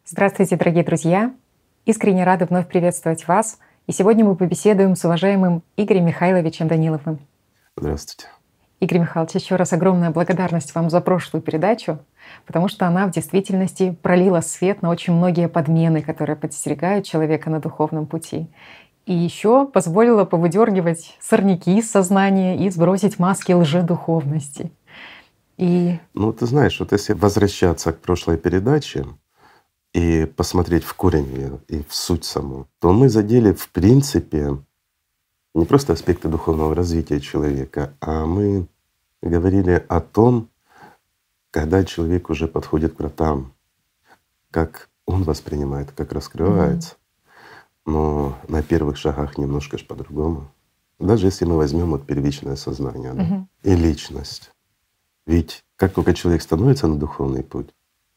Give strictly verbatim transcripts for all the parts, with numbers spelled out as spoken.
Здравствуйте, дорогие друзья! Искренне рада вновь приветствовать вас. И сегодня мы побеседуем с уважаемым Игорем Михайловичем Даниловым. Здравствуйте. Игорь Михайлович, еще раз огромная благодарность вам за прошлую передачу, потому что она в действительности пролила свет на очень многие подмены, которые подстерегают человека на духовном пути. И еще позволила повыдергивать сорняки из сознания и сбросить маски лжедуховности. И Ну, ты знаешь, вот если возвращаться к прошлой передаче и посмотреть в корень её и в суть саму, то мы задели в принципе не просто аспекты духовного развития человека, а мы говорили о том, когда человек уже подходит к вратам, как он воспринимает, как Мгм. раскрывается. Но на первых шагах немножко ж по-другому. Даже если мы возьмем вот первичное сознание, да, Мгм. и личность. Ведь как только человек становится на духовный путь,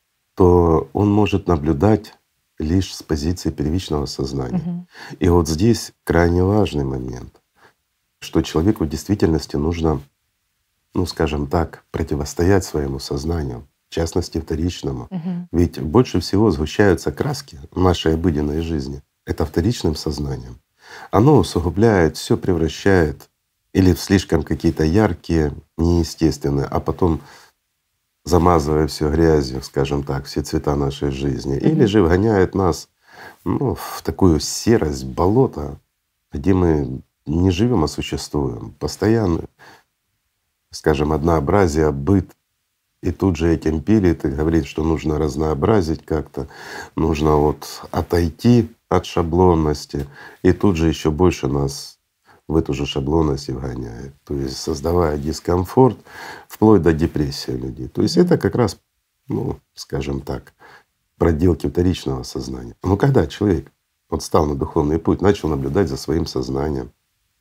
то он может наблюдать лишь с позиции первичного сознания. Мгм. И вот здесь крайне важный момент, что человеку в действительности нужно, ну скажем так, противостоять своему сознанию, в частности вторичному. Мгм. Ведь больше всего сгущаются краски в нашей обыденной жизни это вторичным сознанием. Оно усугубляет, все превращает или в слишком какие-то яркие, неестественные, а потом замазывая все грязью, скажем так, все цвета нашей жизни, или Мгм. же вгоняет нас, ну, в такую серость, болото, где мы не живем, а существуем. Постоянно, скажем, однообразие, быт. И тут же этим пилит и говорит, что нужно разнообразить как-то, нужно вот отойти от шаблонности. И тут же еще больше нас в эту же шаблонность и вгоняет. То есть создавая дискомфорт, вплоть до депрессии людей. То есть это Мгм. как раз, ну, скажем так, проделки вторичного сознания. Но когда человек вот стал на духовный путь, начал наблюдать за своим сознанием,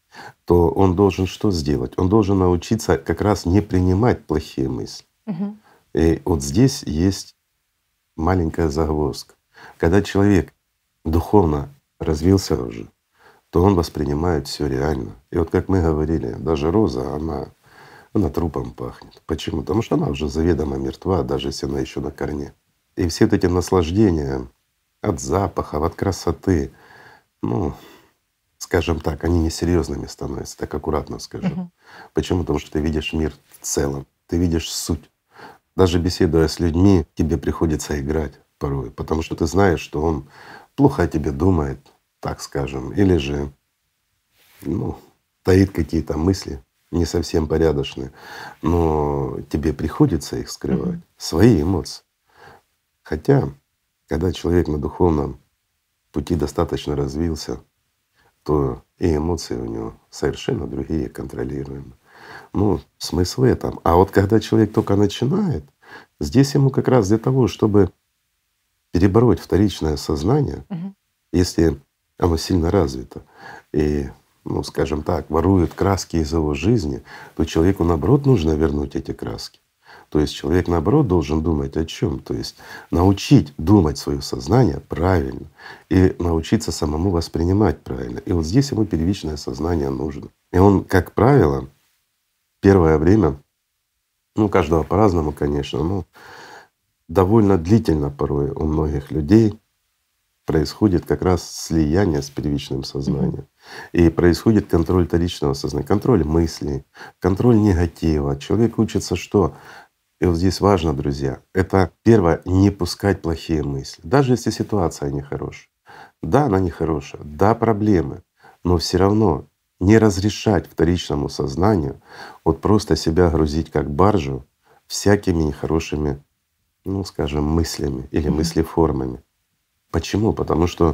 то он должен что сделать? Он должен научиться как раз не принимать плохие мысли. Мгм. И вот здесь есть маленькая загвоздка. Когда человек духовно развился уже, то он воспринимает все реально. И вот как мы говорили, даже роза, она, она трупом пахнет. Почему? Потому что она уже заведомо мертва, даже если она еще на корне. И все вот эти наслаждения от запахов, от красоты, ну, скажем так, они несерьезными становятся, так аккуратно скажу. Мгм. Почему? Потому что ты видишь мир в целом, ты видишь суть. Даже беседуя с людьми, тебе приходится играть порой, потому что ты знаешь, что он плохо о тебе думает, так скажем, или же, ну, таит какие-то мысли не совсем порядочные, но тебе приходится их скрывать, Мгм. свои эмоции. Хотя, когда человек на духовном пути достаточно развился, то и эмоции у него совершенно другие, контролируемые. Ну, смысл в этом. А вот когда человек только начинает, здесь ему как раз для того, чтобы перебороть вторичное сознание, Мгм. если оно сильно развито и, ну, скажем так, ворует краски из его жизни, то человеку наоборот нужно вернуть эти краски. То есть человек наоборот должен думать о чем? То есть научить думать свое сознание правильно и научиться самому воспринимать правильно. И вот здесь ему первичное сознание нужно. И он, как правило, первое время, ну, у каждого по-разному, конечно, но довольно длительно порой у многих людей происходит как раз слияние с первичным Мгм. сознанием. И происходит контроль вторичного сознания, контроль мыслей, контроль негатива. Человек учится что? И вот здесь важно, друзья, это первое — не пускать плохие мысли. Даже если ситуация нехорошая. Да, она нехорошая, да, проблемы, но все равно не разрешать вторичному сознанию вот просто себя грузить как баржу всякими нехорошими, ну скажем, мыслями или Мгм. мыслеформами. Почему? Потому что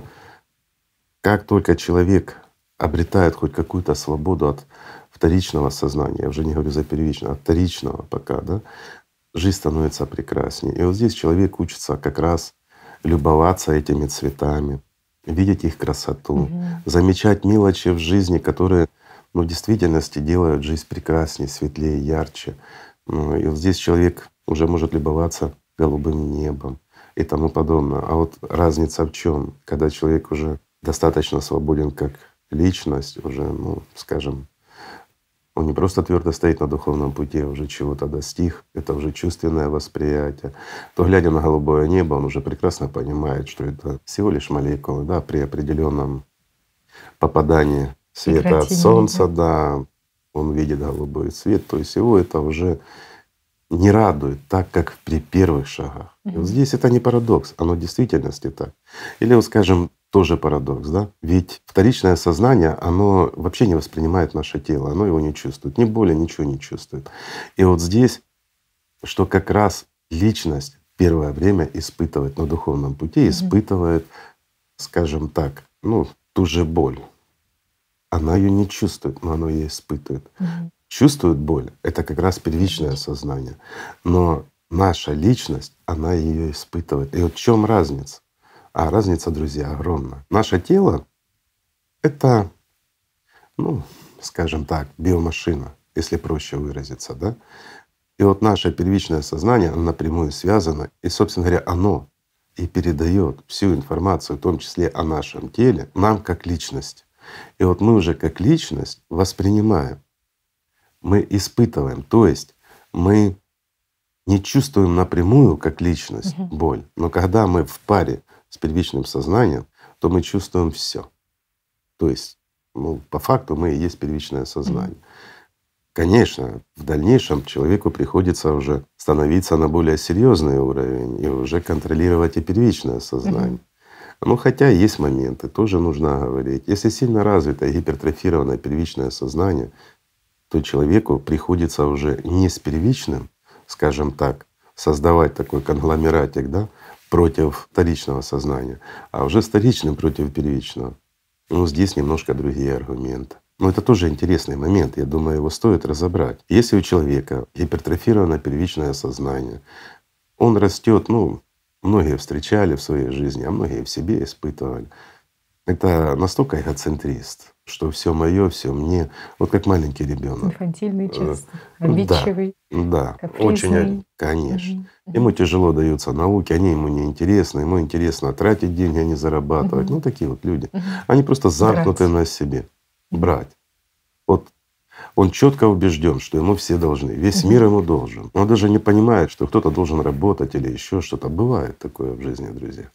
как только человек обретает хоть какую-то свободу от вторичного сознания, я уже не говорю за первичное, от вторичного пока, да, жизнь становится прекраснее. И вот здесь человек учится как раз любоваться этими цветами, видеть их красоту, Мгм. замечать мелочи в жизни, которые, ну, в действительности делают жизнь прекраснее, светлее, ярче. Ну, и вот здесь человек уже может любоваться голубым небом и тому подобное. А вот разница в чем? Когда человек уже достаточно свободен как личность, уже, ну, скажем, Он не просто твердо стоит на духовном пути, а уже чего-то достиг, это уже чувственное восприятие, то, глядя на голубое небо, он уже прекрасно понимает, что это всего лишь молекулы, да, при определенном попадании света от Солнца, да, он видит голубой цвет, то есть его это уже не радует так, как при первых шагах. И вот здесь это не парадокс, оно в действительности так. Или вот скажем, тоже парадокс, да? Ведь вторичное сознание, оно вообще не воспринимает наше тело, оно его не чувствует, ни боли, ничего не чувствует. И вот здесь, что как раз личность первое время испытывает на духовном пути, испытывает, скажем так, ну, ту же боль. Она ее не чувствует, но она ее испытывает. Мгм. Чувствует боль — это как раз первичное сознание. Но наша личность, она ее испытывает. И вот в чем разница? А разница, друзья, огромна. Наше тело — это, ну, скажем так, биомашина, если проще выразиться, да? И вот наше первичное сознание, оно напрямую связано, и, собственно говоря, оно и передает всю информацию, в том числе о нашем теле, нам как личность. И вот мы уже как личность воспринимаем, мы испытываем, то есть мы не чувствуем напрямую как личность Мгм. боль, но когда мы в паре с первичным сознанием, то мы чувствуем все. То есть, ну, по факту мы и есть первичное сознание. Конечно, в дальнейшем человеку приходится уже становиться на более серьезный уровень и уже контролировать и первичное сознание. Ну, хотя есть моменты, тоже нужно говорить. Если сильно развитое гипертрофированное первичное сознание, то человеку приходится уже не с первичным, скажем так, создавать такой конгломератик, да, против вторичного сознания, а уже с вторичным против первичного. Ну, здесь немножко другие аргументы. Но это тоже интересный момент, я думаю, его стоит разобрать. Если у человека гипертрофировано первичное сознание, он растет, ну, многие встречали в своей жизни, а многие в себе испытывали. Это настолько эгоцентрист, что все мое, все мне, вот как маленький ребенок. Инфантильный часто, Да, обидчивый, да, очень, капризный. конечно. Мгм. Мгм. Ему тяжело даются науки, они ему не интересны, ему интересно тратить деньги, а не зарабатывать. Мгм. Ну, такие вот люди. Мгм. Они просто замкнуты Брать. на себе. Мгм. Брать. Вот он четко убежден, что ему все должны, весь Мгм. мир ему должен. Он даже не понимает, что кто-то должен работать или еще что-то. Бывает такое в жизни, друзья.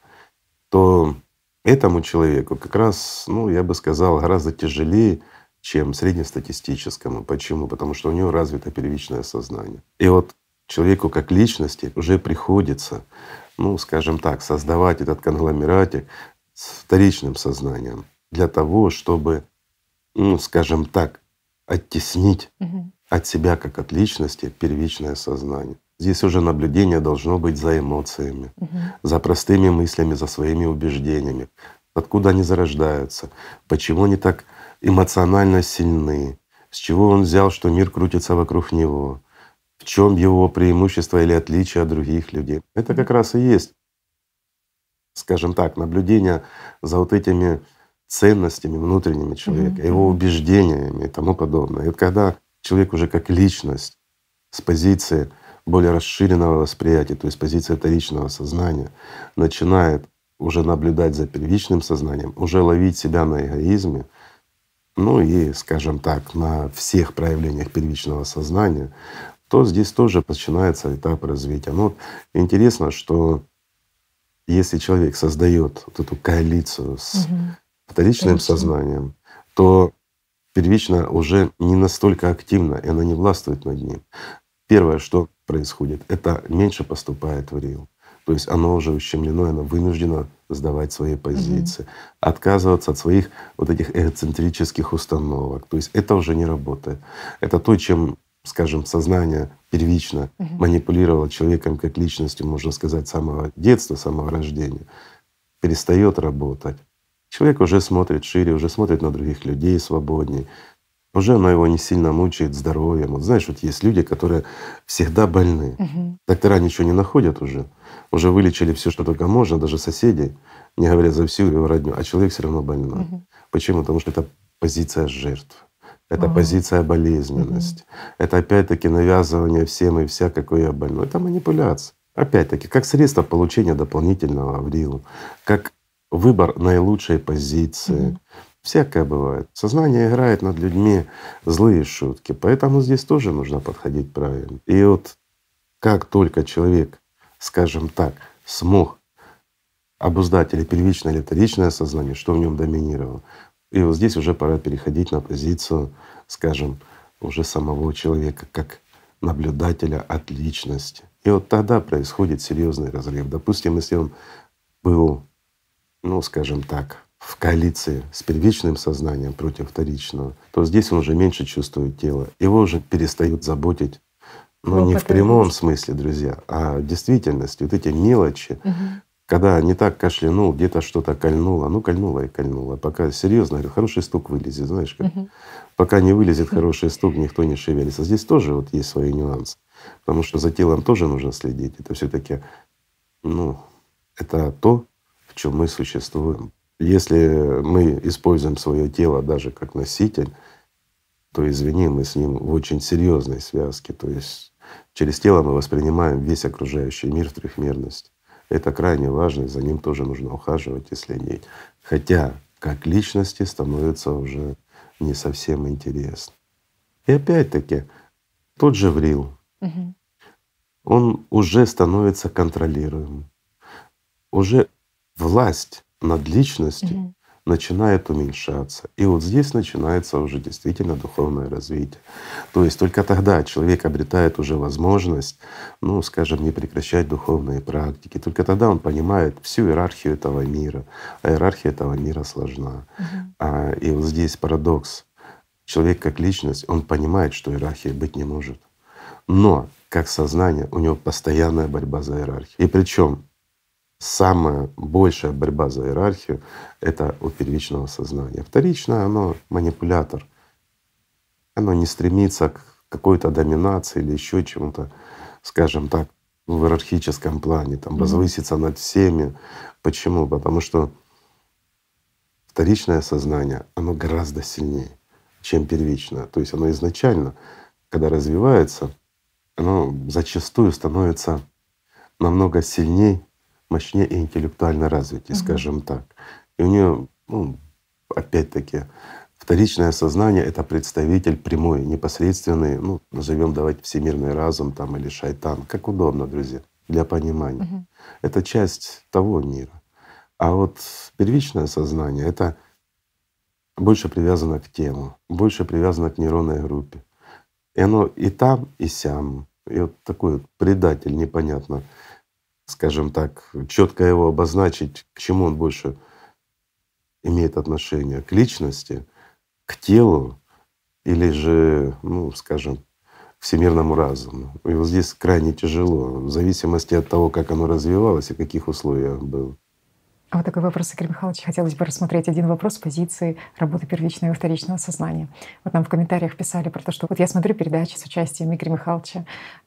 То этому человеку как раз, ну, я бы сказал, гораздо тяжелее, чем среднестатистическому. Почему? Потому что у него развито первичное сознание. И вот человеку как личности уже приходится, ну, скажем так, создавать этот конгломератик с вторичным сознанием для того, чтобы, ну, скажем так, оттеснить Мгм. от себя как от личности первичное сознание. Здесь уже наблюдение должно быть за эмоциями, Мгм. за простыми мыслями, за своими убеждениями, откуда они зарождаются, почему они так эмоционально сильны, с чего он взял, что мир крутится вокруг него, в чем его преимущество или отличие от других людей. Это как раз и есть, скажем так, наблюдение за вот этими ценностями внутренними человека, Мгм. его Мгм. убеждениями и тому подобное. И вот когда человек уже как личность с позиции более расширенного восприятия, то есть позиции вторичного сознания, начинает уже наблюдать за первичным сознанием, уже ловить себя на эгоизме, ну и, скажем так, на всех проявлениях первичного сознания, то здесь тоже начинается этап развития. Ну вот интересно, что если человек создает вот эту коалицию с Мгм. вторичным Вторичным. сознанием, то первичное уже не настолько активно, и она не властвует над ним. Первое, что происходит, это меньше поступает в РИЛ. То есть оно уже ущемлено, оно вынуждено сдавать свои позиции, отказываться от своих вот этих эгоцентрических установок. То есть это уже не работает. Это то, чем, скажем, сознание первично Мгм. манипулировало человеком как личностью, можно сказать, с самого детства, с самого рождения, перестает работать. Человек уже смотрит шире, уже смотрит на других людей свободней. Уже оно его не сильно мучает здоровьем. Вот знаешь, вот есть люди, которые всегда больны. Мгм. Доктора ничего не находят уже. Уже вылечили все, что только можно, даже соседей, не говоря за всю его родню, а человек все равно больной. Мгм. Почему? Потому что это позиция жертв, это А. позиция болезненности, это опять-таки навязывание всем и вся, какой я больной. Это манипуляция. Опять-таки, как средство получения дополнительного в РИЛ, как выбор наилучшей позиции, Мгм. Всякое бывает. Сознание играет над людьми злые шутки, поэтому здесь тоже нужно подходить правильно. И вот как только человек, скажем так, смог обуздать или первичное, или вторичное сознание, что в нем доминировало, и вот здесь уже пора переходить на позицию, скажем, уже самого человека как наблюдателя от личности. И вот тогда происходит серьезный разрыв. Допустим, если он был, ну, скажем так, в коалиции с первичным сознанием против вторичного, то здесь он уже меньше чувствует тело. Его уже перестают заботить, ну не в прямом смысле, друзья, а в действительности вот эти мелочи, Угу. когда не так кашлянул, где-то что-то кольнуло, ну кольнуло и кольнуло. Пока серьезно, говорю, хороший стук вылезет, знаешь как. Угу. Пока не вылезет хороший стук, никто не шевелится. Здесь тоже вот есть свои нюансы, потому что за телом тоже нужно следить. Это все-таки, ну, это то, в чем мы существуем. Если мы используем свое тело даже как носитель, то, извини, мы с ним в очень серьезной связке. То есть через тело мы воспринимаем весь окружающий мир в трехмерности. Это крайне важно, и за ним тоже нужно ухаживать и следить. Хотя как личности становится уже не совсем интересно. И опять-таки тот же Врил, Угу. он уже становится контролируемым. Уже власть над личностью Угу. начинает уменьшаться. И вот здесь начинается уже действительно духовное развитие. То есть только тогда человек обретает уже возможность, ну, скажем, не прекращать духовные практики. Только тогда он понимает всю иерархию этого мира. А иерархия этого мира сложна. Угу. А, и вот здесь парадокс. Человек как личность, он понимает, что иерархии быть не может. Но как сознание у него постоянная борьба за иерархию. И причем самая большая борьба за иерархию — это у первичного сознания. Вторичное — оно манипулятор. Оно не стремится к какой-то доминации или еще чему-то, скажем так, в иерархическом плане, там, Мгм. возвыситься над всеми. Почему? Потому что вторичное сознание, оно гораздо сильнее, чем первичное. То есть оно изначально, когда развивается, оно зачастую становится намного сильнее, мощнее и интеллектуально развитее, Мгм. скажем так. И у нее, ну, опять-таки, вторичное сознание — это представитель прямой, непосредственный, ну, назовем давайте всемирный разум там или шайтан, как удобно, друзья, для понимания. Мгм. Это часть того мира. А вот первичное сознание — это больше привязано к тему, больше привязано к нейронной группе. И оно и там, и сям. И вот такой вот предатель, непонятно, скажем так, четко его обозначить, к чему он больше имеет отношение: к личности, к телу или же, ну, скажем, к всемирному разуму. И вот здесь крайне тяжело, в зависимости от того, как оно развивалось и в каких условиях было. А вот такой вопрос, Игорь Михайлович. Хотелось бы рассмотреть один вопрос с позиции работы первичного и вторичного сознания. Вот нам в комментариях писали про то, что вот я смотрю передачи с участием Игоря Михайловича,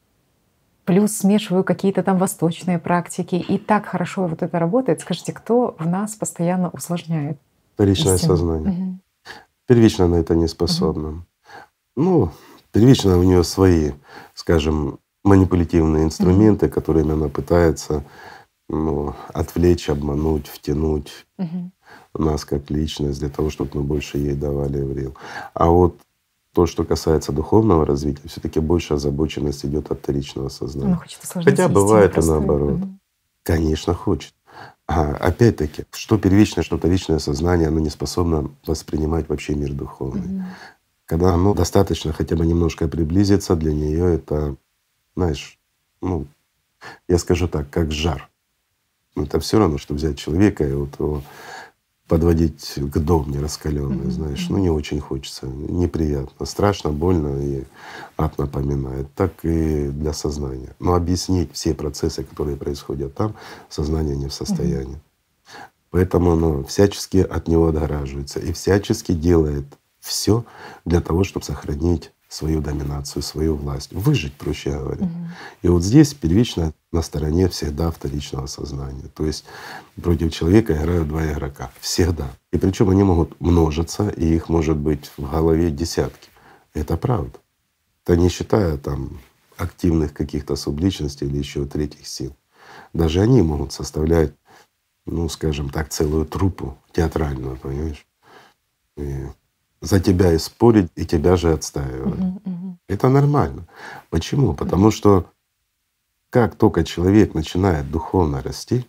плюс смешиваю какие-то там восточные практики, и так хорошо вот это работает. Скажите, кто в нас постоянно усложняет Вторичное истину? сознание. Мгм. Первично на это не Мгм. способно. Ну, первично у нее свои, скажем, манипулятивные Мгм. инструменты, которыми она пытается, ну, отвлечь, обмануть, втянуть Мгм. нас как личность для того, чтобы мы больше ей давали Врил. А вот то, что касается духовного развития, все таки больше озабоченность идет от вторичного Она сознания. хочет усложнить Хотя истину бывает и простую. наоборот. Мгм. Конечно, хочет. А опять-таки, что первичное, что вторичное сознание, оно не способно воспринимать вообще мир духовный. Мгм. Когда оно достаточно хотя бы немножко приблизиться, для нее это, знаешь, ну, я скажу так, как жар. Это все равно, что взять человека и вот его подводить к дому нераскаленный, Мгм. знаешь, ну Мгм. не очень хочется, неприятно, страшно, больно и ад напоминает. Так и для сознания. Но объяснить все процессы, которые происходят там, сознание не в Мгм. состоянии. Поэтому оно всячески от него отгораживается и всячески делает все для того, чтобы сохранить свою доминацию, свою власть, выжить, проще говоря. Мгм. И вот здесь первично на стороне всегда вторичного сознания. То есть против человека играют два игрока. Всегда. И причем они могут множиться, и их может быть в голове десятки. Это правда. Это не считая там активных каких-то субличностей или еще третьих сил. Даже они могут составлять, ну, скажем так, целую труппу театральную, понимаешь? и за тебя и спорить, и тебя же отстаивать. Мгм, мгм. Это нормально. Почему? Потому что как только человек начинает духовно расти,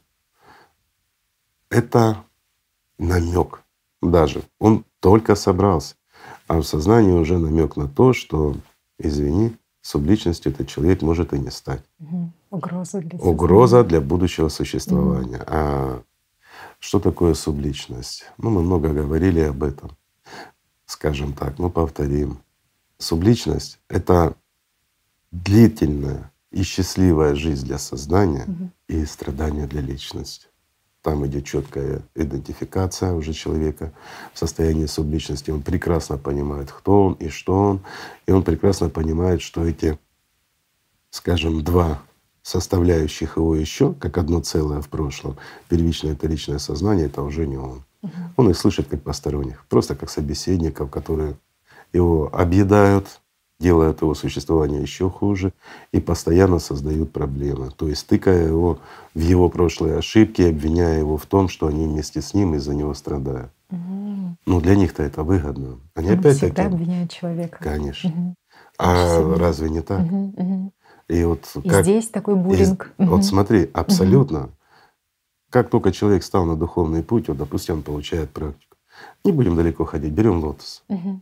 это намек даже. Он только собрался, а в сознании уже намек на то, что, извини, субличностью этот человек может и не стать. Мгм. Угроза для Угроза сознания. для будущего Мгм. существования. А что такое субличность? Ну, мы много говорили об этом. Скажем так, ну повторим. Субличность — это длительная и счастливая жизнь для сознания Мгм. и страдания для личности. Там идет четкая идентификация уже человека в состоянии субличности. Он прекрасно понимает, кто он и что он, и он прекрасно понимает, что эти, скажем, два составляющих его еще как одно целое в прошлом, первичное и вторичное сознание — это уже не он. Мгм. Он их слышит как посторонних, просто как собеседников, которые его объедают, делают его существование еще хуже и постоянно создают проблемы. То есть тыкая его в его прошлые ошибки, обвиняя его в том, что они вместе с ним из-за него страдают. Мгм. Ну для них-то это выгодно. Они Он всегда опять-таки… обвиняет человека. Конечно. Мгм. Очень А сильно. разве не так? Мгм, мгм. И вот И как… здесь такой и з- буллинг. вот Мгм. смотри, Мгм. абсолютно, как только человек стал на духовный путь, вот, допустим, он получает практику. Не будем далеко ходить, берем лотос. Мгм.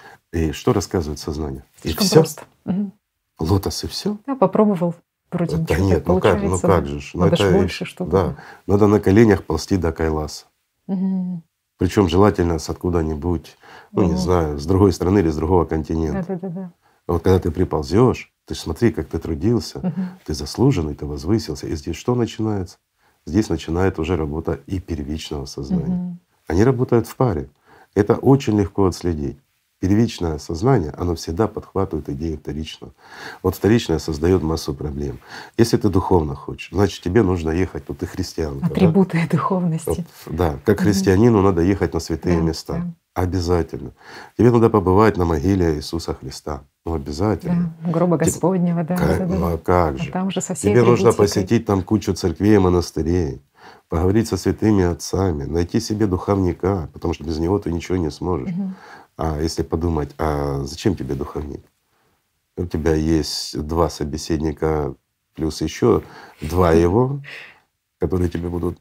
И что рассказывает сознание? И Слишком все? просто. Мгм. Лотос и все? Да, попробовал, вроде Да ничего так нет, ну как, ну получается, как да. же ж, ну Надо ж это и- больше что-то, да, да. надо на коленях ползти до Кайласа. Мгм. Причем желательно с откуда-нибудь, ну не О. знаю, с другой страны или с другого континента. Да-да-да-да. А вот когда ты приползешь, ты ж смотри, как ты трудился, Мгм. ты заслуженный, ты возвысился. И здесь что начинается? Здесь начинает уже работа и первичного сознания. Мгм. Они работают в паре. Это очень легко отследить. Первичное сознание, оно всегда подхватывает идею вторичного. Вот вторичное создает массу проблем. Если ты духовно хочешь, значит тебе нужно ехать, вот ты христианка, да? Атрибуты Вот, духовности. да, как Мгм. христианину надо ехать на святые Да, места. да, Обязательно. Тебе надо побывать на могиле Иисуса Христа. Ну обязательно. да. Гроба Те- Господнего, да, ка- Ну да-да-да. а как А же? там же со всей Тебе нужно атрибутикой. посетить там кучу церквей и монастырей, поговорить со святыми отцами, найти себе духовника, потому что без него ты ничего не сможешь. Мгм. А если подумать, а зачем тебе духовник? У тебя есть два собеседника плюс еще два его, которые тебе будут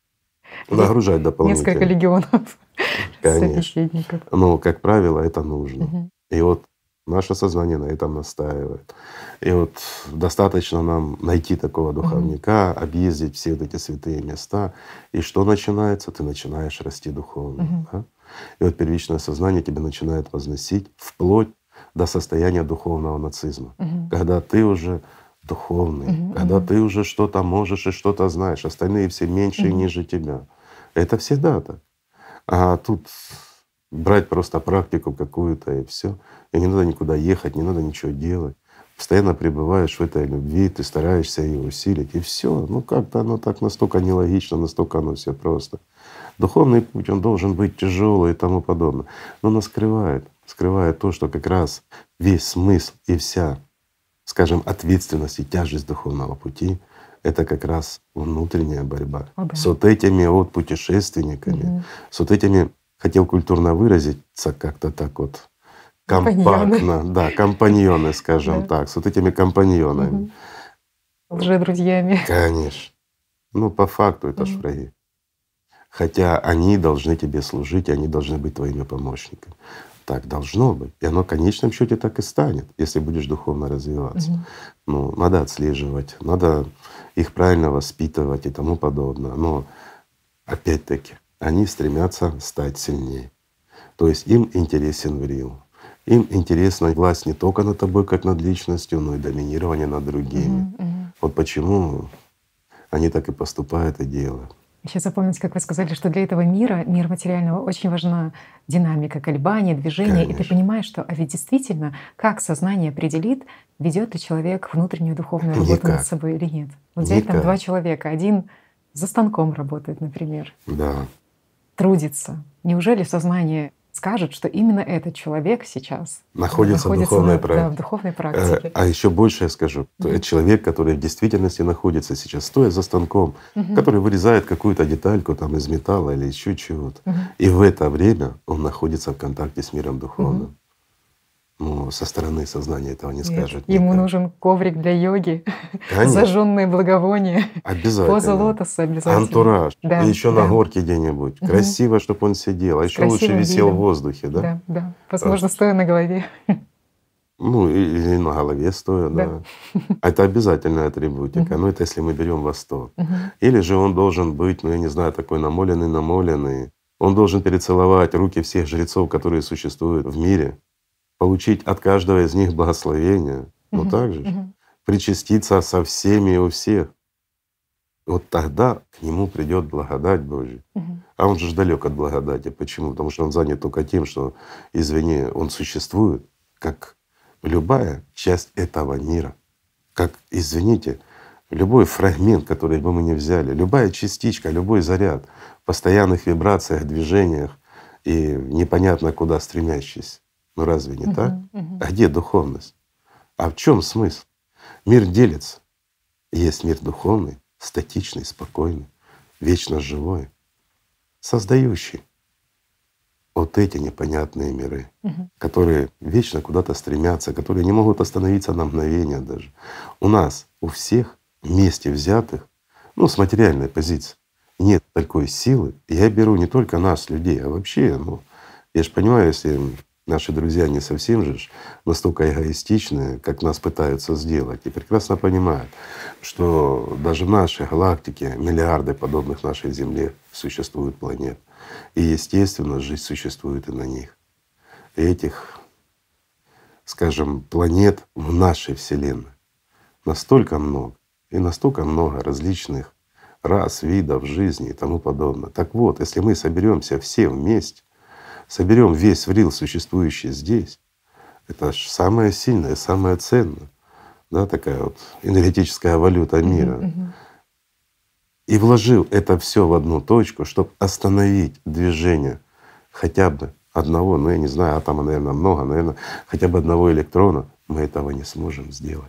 Есть нагружать несколько дополнительно. легионов Конечно. собеседников. Но, как правило, это нужно. Мгм. И вот наше сознание на этом настаивает. И вот достаточно нам найти такого Мгм. духовника, объездить все вот эти святые места. И что начинается? Ты начинаешь расти духовно. Мгм. Да? И вот первичное сознание тебя начинает возносить вплоть до состояния духовного нацизма, Мгм. когда ты уже духовный, Мгм. когда Мгм. ты уже что-то можешь и что-то знаешь, остальные все меньше и Мгм. ниже тебя. Это всегда так. А тут брать просто практику какую-то и все. И не надо никуда ехать, не надо ничего делать. Постоянно пребываешь в этой любви, ты стараешься ее усилить, и все. Ну как-то оно так настолько нелогично, настолько оно все просто. Духовный путь, он должен быть тяжелый и тому подобное. Но он скрывает, скрывает то, что как раз весь смысл и вся, скажем, ответственность и тяжесть духовного пути — это как раз внутренняя борьба О, да. с вот этими вот путешественниками, Мгм. с вот этими, хотел культурно выразиться как-то так вот Компаньоны. компактно, да, компаньоны, скажем Да. так, с вот этими компаньонами. Мгм. Лжедрузьями. Конечно. Ну, по факту это ж Мгм. враги. Хотя они должны тебе служить, и они должны быть твоими помощниками. Так должно быть. И оно в конечном счете так и станет, если будешь духовно развиваться. Мгм. Ну, надо отслеживать, надо их правильно воспитывать и тому подобное. Но опять-таки они стремятся стать сильнее. То есть им интересен Врил. Им интересна власть не только над тобой как над личностью, но и доминирование над другими. Мгм. Мгм. Вот почему они так и поступают и делают. Еще запомнить, как вы сказали, что для этого мира, мира материального, очень важна динамика, колебания, движения. И ты Конечно. понимаешь, что а ведь действительно, как сознание определит, ведет ли человек внутреннюю духовную работу над Никак. собой или нет. Вот взять там Никак. два человека. Один за станком работает, например, Да. трудится. Неужели сознание скажет, что именно этот человек сейчас находится, находится в духовной на, да, практике. в духовной Э, практике. А еще больше я скажу, то Мгм. это человек, который в действительности находится сейчас, стоя за станком, Мгм. который вырезает какую-то детальку там из металла или еще чего-то. Мгм. И в это время он находится в контакте с миром Мгм. духовным. Ну, со стороны сознания этого не Нет, скажет ему никак. нужен коврик для йоги, Конечно, зажженные благовония, поза обязательно. лотоса обязательно. Антураж. И Да, еще на да. горке где-нибудь. Мгм. Красиво, чтобы он сидел. А С еще лучше красивым висел в видом. воздухе, да? Да, да. А, Возможно, стоя на голове. Ну, и- или на голове стоя, Да. да. А это обязательная атрибутика. Мгм. Ну, это если мы берем Восток. Мгм. Или же он должен быть, ну, я не знаю, такой намоленный-намоленный. Он должен перецеловать руки всех жрецов, которые существуют в мире, получить от каждого из них благословение. Ну Мгм. так же ж. Мгм. Причаститься со всеми и у всех. Вот тогда к нему придет благодать Божья. Мгм. А он же далек от благодати. Почему? Потому что он занят только тем, что, извини, он существует как любая часть этого мира. Как, извините, любой фрагмент, который бы мы ни взяли, любая частичка, любой заряд в постоянных вибрациях, движениях и непонятно куда стремящийся. Ну разве не так? Мгм. Мгм. А где духовность? А в чем смысл? Мир делится. Есть мир духовный, статичный, спокойный, вечно живой, создающий вот эти непонятные миры, Мгм. которые вечно куда-то стремятся, которые не могут остановиться на мгновение даже. У нас, у всех вместе взятых, ну, с материальной позиции, нет такой силы. Я беру не только нас, людей, а вообще, ну, я же понимаю, если наши друзья не совсем же ж настолько эгоистичны, как нас пытаются сделать, и прекрасно понимают, что даже в нашей галактике миллиарды подобных нашей Земле существуют планет. И естественно, жизнь существует и на них. И этих, скажем, планет в нашей Вселенной настолько много, и настолько много различных рас, видов жизни и тому подобное. Так вот, если мы соберемся все вместе, соберем весь врил, существующий здесь, это ж самое сильное, самое ценное, да, такая вот энергетическая валюта Мгм. мира. Мгм. И вложил это все в одну точку, чтобы остановить движение хотя бы одного, ну я не знаю, атома, наверное, много, наверное, хотя бы одного электрона, мы этого не сможем сделать.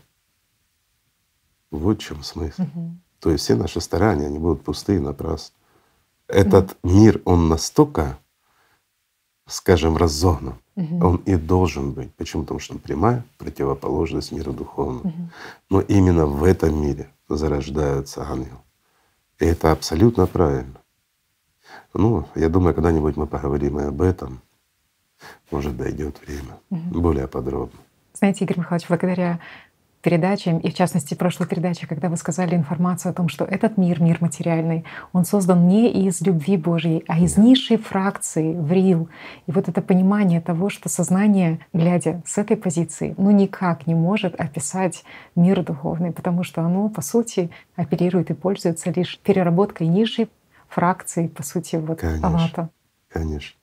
Вот в чем смысл. Мгм. То есть все наши старания, они будут пустые, напрасны. Этот мир, он настолько, скажем, разогнан, Мгм. он и должен быть. Почему? Потому что он прямая противоположность миру духовному. Мгм. Но именно в этом мире зарождаются ангелы. И это абсолютно правильно. Ну, я думаю, когда-нибудь мы поговорим и об этом. Может, дойдет время Мгм. более подробно. Знаете, Игорь Михайлович, благодаря передачам, и в частности прошлой передаче, когда вы сказали информацию о том, что этот мир, мир материальный, он создан не из любви Божьей, а из Нет. низшей фракции, врил. И вот это понимание того, что сознание, глядя с этой позиции, ну никак не может описать мир духовный, потому что оно, по сути, оперирует и пользуется лишь переработкой низшей фракции, по сути, вот Конечно, Аллата. конечно.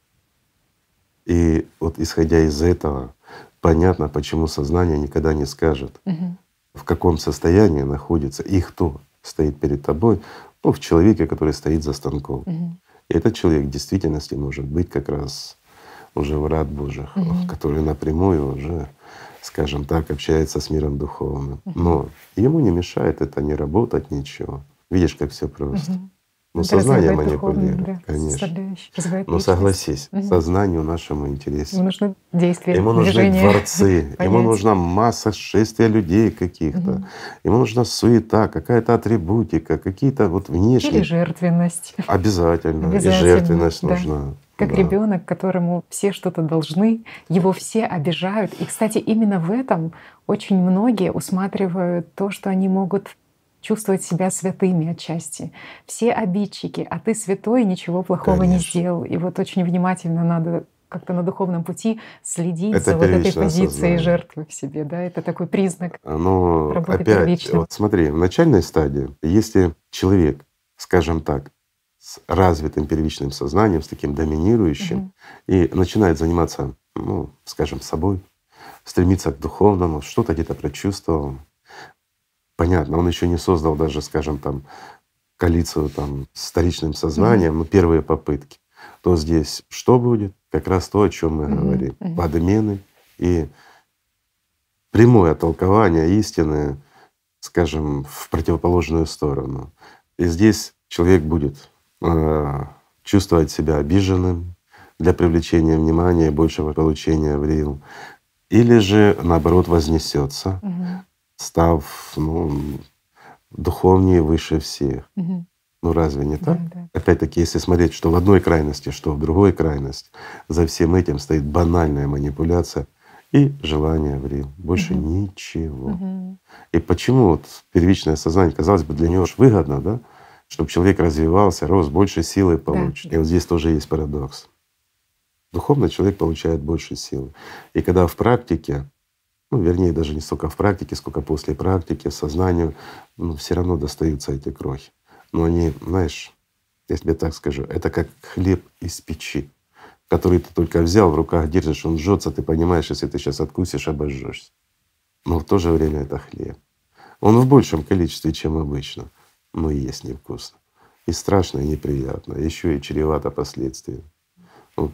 И вот исходя из этого, понятно, почему сознание никогда не скажет, Мгм. в каком состоянии находится и кто стоит перед тобой, ну, в человеке, который стоит за станком. Мгм. И этот человек в действительности может быть как раз уже врат Божьих, Мгм. который напрямую уже, скажем так, общается с миром духовным. Мгм. Но ему не мешает это не работать, ничего. Видишь, как все просто. Мгм. Но Это сознание развивает духовную, манипулирует, да, конечно. составляющую, развивает Но личность. согласись, Мгм. сознанию нашему Ему интереснее. нужно действие, Ему нужны движение, дворцы, ему понять. нужна масса шествия людей каких-то, Мгм. ему нужна суета, какая-то атрибутика, какие-то вот Или внешние. жертвенность. Обязательно. И Обязательно, жертвенность да. нужна. Как Да. ребенок, которому все что-то должны, его все обижают. И, кстати, именно в этом очень многие усматривают то, что они могут чувствовать себя святыми отчасти. Все обидчики, а ты святой, ничего плохого не Конечно. сделал. И вот очень внимательно надо как-то на духовном пути следить Это за вот этой первичное позицией сознание. жертвы в себе. Да? Это такой признак Оно работы опять, первичного. вот смотри, в начальной стадии, если человек, скажем так, с развитым первичным сознанием, с таким доминирующим, Мгм. и начинает заниматься, ну, скажем, собой, стремиться к духовному, что-то где-то прочувствовал. Понятно, он еще не создал даже, скажем, там, коалицию там, с вторичным Мгм. сознанием, ну, первые попытки. то здесь что будет? Как раз то, о чем мы Мгм, говорим. мгм. Подмены и прямое толкование истины, скажем, в противоположную сторону. И здесь человек будет э, чувствовать себя обиженным для привлечения внимания и большего получения в рил, или же наоборот вознесется, Мгм. став ну, духовнее, выше всех. Мгм. Ну разве не Да, так? да. Опять-таки, если смотреть, что в одной крайности, что в другой крайности, за всем этим стоит банальная манипуляция и желание в рил. Больше Мгм. ничего. Мгм. И почему вот первичное сознание, казалось бы, для него ж выгодно, да, чтобы человек развивался, рос, больше силы Да, получит. И да. вот здесь тоже есть парадокс. Духовно человек получает больше силы. И когда в практике, ну вернее даже не столько в практике, сколько после практики, сознанию, ну все равно достаются эти крохи. Но они, знаешь, я тебе так скажу, это как хлеб из печи, который ты только взял, в руках держишь, он жжется, ты понимаешь, если ты сейчас откусишь, обожжешься. Но в то же время это хлеб. Он в большем количестве, чем обычно, но и есть невкусно. И страшно, и неприятно, еще и чревато последствиями. Вот,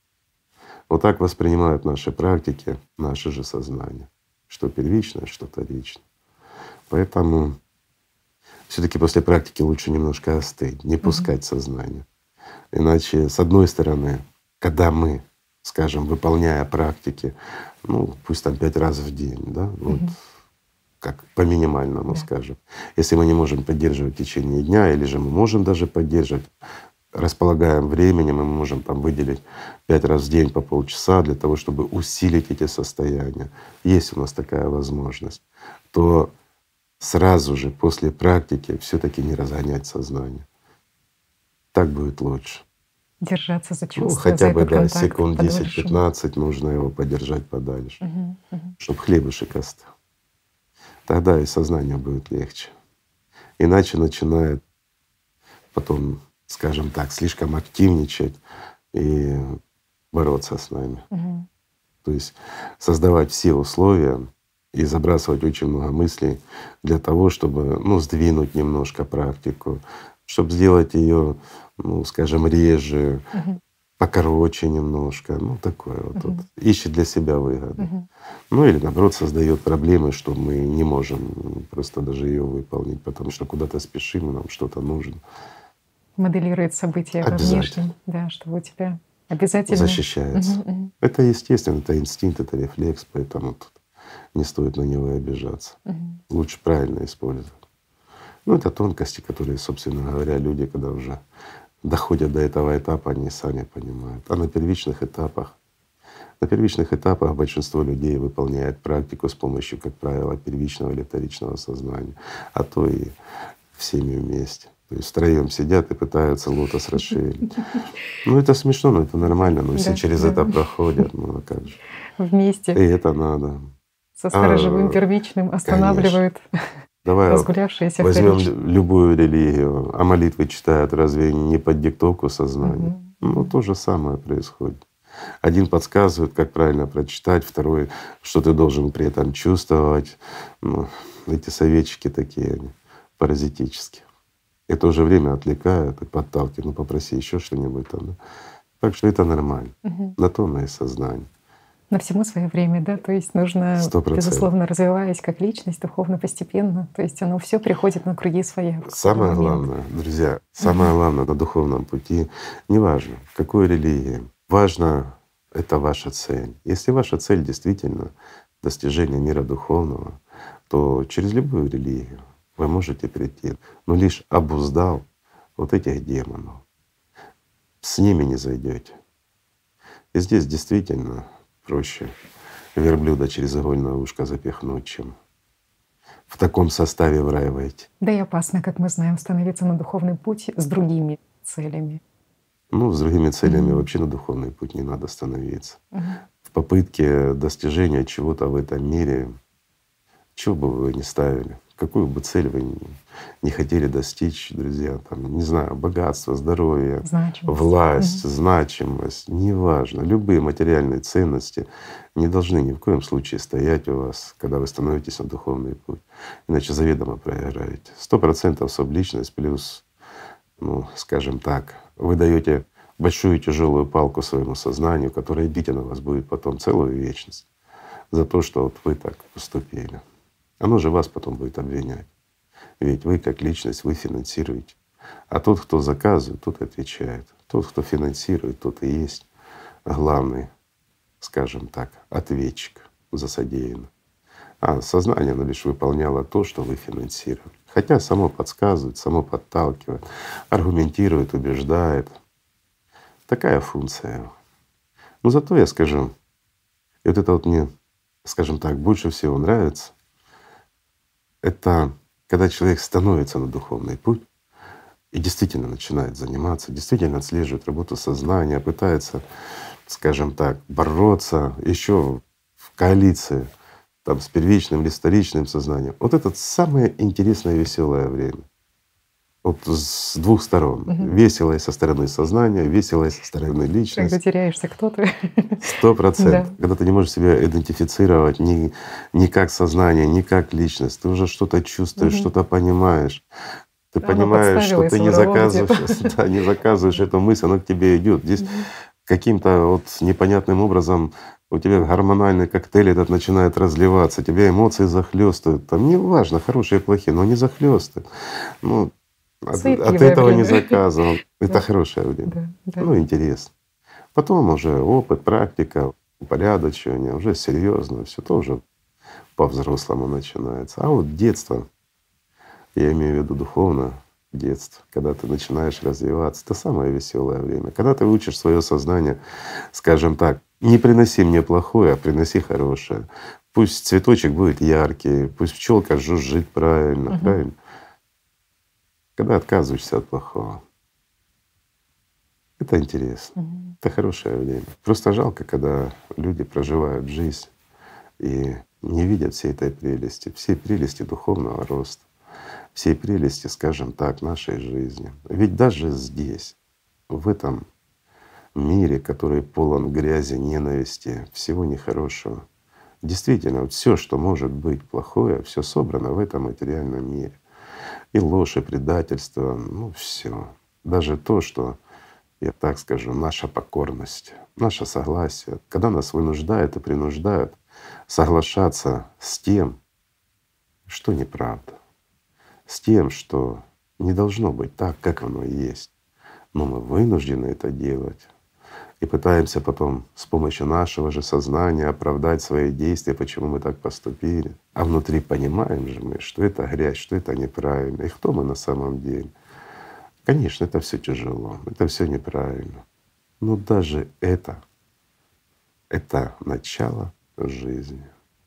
вот так воспринимают наши практики, наше же сознание, что первичное, что вторичное. Поэтому все-таки после практики лучше немножко остыть, не Мгм. пускать сознание. Иначе, с одной стороны, когда мы, скажем, выполняя практики, ну пусть там пять раз в день, да, вот Мгм. как по минимальному, Да. скажем. Если мы не можем поддерживать в течение дня, или же мы можем даже поддерживать, располагаем временем, и мы можем там выделить пять раз в день по полчаса для того, чтобы усилить эти состояния. Есть у нас такая возможность, то сразу же после практики все-таки не разгонять сознание. Так будет лучше. Держаться за Ну, чувства, за хотя бы, этот да, контакт секунд подольше. десять-пятнадцать нужно его подержать подальше, Мгм, мгм. чтобы хлебушек остыл. Тогда и сознанию будет легче. Иначе начинает потом, скажем так, слишком активничать и бороться с нами. Мгм. То есть создавать все условия и забрасывать очень много мыслей для того, чтобы ну, сдвинуть немножко практику, чтобы сделать ее, ну, скажем, реже, Мгм. покороче немножко, ну такое вот, вот. Мгм. Ищет для себя выгоды. Мгм. Ну или наоборот создает проблемы, что мы не можем просто даже ее выполнить, потому что куда-то спешим, и нам что-то нужно. Моделирует события во Обязательно. внешнем, да, чтобы у тебя обязательно. Мгм, Защищается. мгм, Это естественно, это инстинкт, это рефлекс, поэтому тут не стоит на него и обижаться. мгм. Лучше правильно использовать. Ну, это тонкости, которые, собственно говоря, люди, когда уже доходят до этого этапа, они сами понимают. А на первичных этапах, на первичных этапах большинство людей выполняет практику с помощью, как правило, первичного или вторичного сознания, а то и всеми вместе. То есть втроем сидят и пытаются лотос расшевелить. Ну это смешно, но это Да, нормально, но все да, через да. это проходят, ну а как же. И Вместе это надо. со сторожевым А, первичным конечно. останавливают Давай разгулявшееся возьмем вторичное. любую религию, а молитвы читают разве не под диктовку сознания? Мгм, Ну мгм. то же самое происходит. Один подсказывает, как правильно прочитать, второй, что ты должен при этом чувствовать. Ну, эти советчики такие они, паразитические. И в то же время отвлекают и подталкивают, ну попроси еще что-нибудь там. Да? Так что это нормально. Мгм. На то оно и сознание. На всему свое время, да, то есть нужно, Сто процентов. безусловно, развиваясь как личность духовно постепенно, то есть оно все приходит на круги своя в какой-то Самое момент. главное, друзья, самое Мгм. главное на духовном пути, неважно, в какой религии, важно — это ваша цель. Если ваша цель действительно достижение мира духовного, то через любую религию вы можете прийти, но лишь обуздал вот этих демонов. С ними не зайдете. И здесь действительно проще верблюда через игольное ушко запихнуть, чем в таком составе в рай войти. Да и опасно, как мы знаем, становиться на духовный путь с другими целями. Ну, с другими целями Мгм. вообще на духовный путь не надо становиться. Мгм. В попытке достижения чего-то в этом мире, чего бы вы ни ставили, какую бы цель вы ни не хотели достичь, друзья, там, не знаю, богатство, здоровье, Значимость. власть, Мгм. значимость, неважно, любые материальные ценности не должны ни в коем случае стоять у вас, когда вы становитесь на духовный путь. Иначе заведомо проиграете. Сто процентов субличность плюс, ну, скажем так, вы даете большую тяжелую палку своему сознанию, которая бить на вас будет потом целую вечность за то, что вот вы так поступили. Оно же вас потом будет обвинять. Ведь вы как личность, вы финансируете. А тот, кто заказывает, тот и отвечает. Тот, кто финансирует, тот и есть главный, скажем так, ответчик за содеянное. А сознание, оно лишь выполняло то, что вы финансировали. Хотя само подсказывает, само подталкивает, аргументирует, убеждает. Такая функция. Но зато я скажу, и вот это вот мне, скажем так, больше всего нравится, это когда человек становится на духовный путь и действительно начинает заниматься, действительно отслеживает работу сознания, пытается, скажем так, бороться еще в коалиции там, с первичным или вторичным сознанием. Вот это самое интересное и веселое время. Вот с двух сторон. Мгм. Веселое со стороны сознания, веселое со стороны Когда личности. теряешься, кто ты. Сто процентов. Да. Когда ты не можешь себя идентифицировать ни, ни как сознание, ни как личность, ты уже что-то чувствуешь, Мгм. что-то понимаешь. Ты Оно понимаешь, что подставилось, ты не своровало где-то. заказываешь, да, не заказываешь эту мысль, она к тебе идет. Здесь Мгм. каким-то вот непонятным образом у тебя гормональный коктейль этот начинает разливаться, тебя эмоции захлестывают. Там неважно, хорошие, плохие, но они захлестывают. Ну, от, от Суетливое этого не время. заказывал. Это Да. хорошее время. Да, да. Ну, интересно. Потом уже опыт, практика, упорядочивание, уже серьезно, все тоже по-взрослому начинается. А вот детство, я имею в виду духовно детство, когда ты начинаешь развиваться, это самое веселое время. Когда ты учишь свое сознание, скажем так, не приноси мне плохое, а приноси хорошее. Пусть цветочек будет яркий, пусть пчелка жужжит правильно, Мгм. правильно. Когда отказываешься от плохого. Это интересно, Мгм. это хорошее время. Просто жалко, когда люди проживают жизнь и не видят всей этой прелести, всей прелести духовного роста, всей прелести, скажем так, нашей жизни. Ведь даже здесь, в этом мире, который полон грязи, ненависти, всего нехорошего, действительно, вот все, что может быть плохое, все собрано в этом материальном мире. И ложь, и предательство, ну все. Даже то, что, я так скажу, наша покорность, наше согласие, когда нас вынуждают и принуждают соглашаться с тем, что неправда, с тем, что не должно быть так, как оно и есть. Но мы вынуждены это делать и пытаемся потом с помощью нашего же сознания оправдать свои действия, почему мы так поступили. А внутри понимаем же мы, что это грязь, что это неправильно, и кто мы на самом деле. Конечно, это все тяжело, это все неправильно. Но даже это — это начало жизни.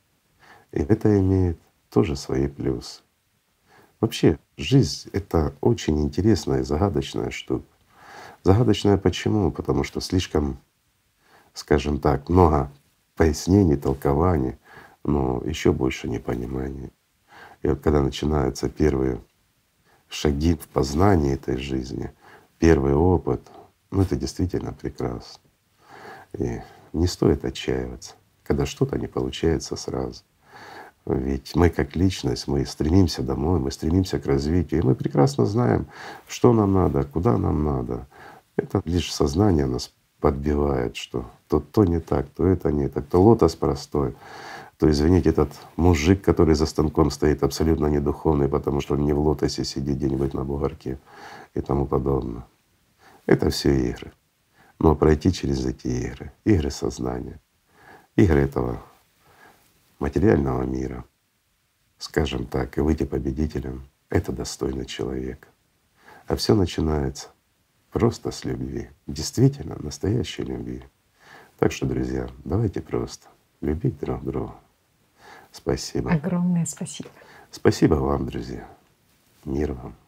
И это имеет тоже свои плюсы. Вообще жизнь — это очень интересная и загадочная штука. Загадочная почему? Потому что слишком, скажем так, много пояснений, толкований, но еще больше непонимания. И вот когда начинаются первые шаги в познании этой жизни, первый опыт, ну это действительно прекрасно. И не стоит отчаиваться, когда что-то не получается сразу. Ведь мы как личность, мы стремимся домой, мы стремимся к развитию, и мы прекрасно знаем, что нам надо, куда нам надо. Это лишь сознание нас подбивает, что то то не так, то это не так, то лотос простой, то, извините, этот мужик, который за станком стоит, абсолютно не духовный, потому что он не в лотосе сидит где-нибудь на бугорке и тому подобное. Это все игры. Но пройти через эти игры, игры сознания, игры этого материального мира, скажем так, и выйти победителем — это достойно человека. А все начинается просто с любви, действительно настоящей любви. Так что, друзья, давайте просто любить друг друга. Спасибо. Огромное спасибо. Спасибо вам, друзья. Мир вам.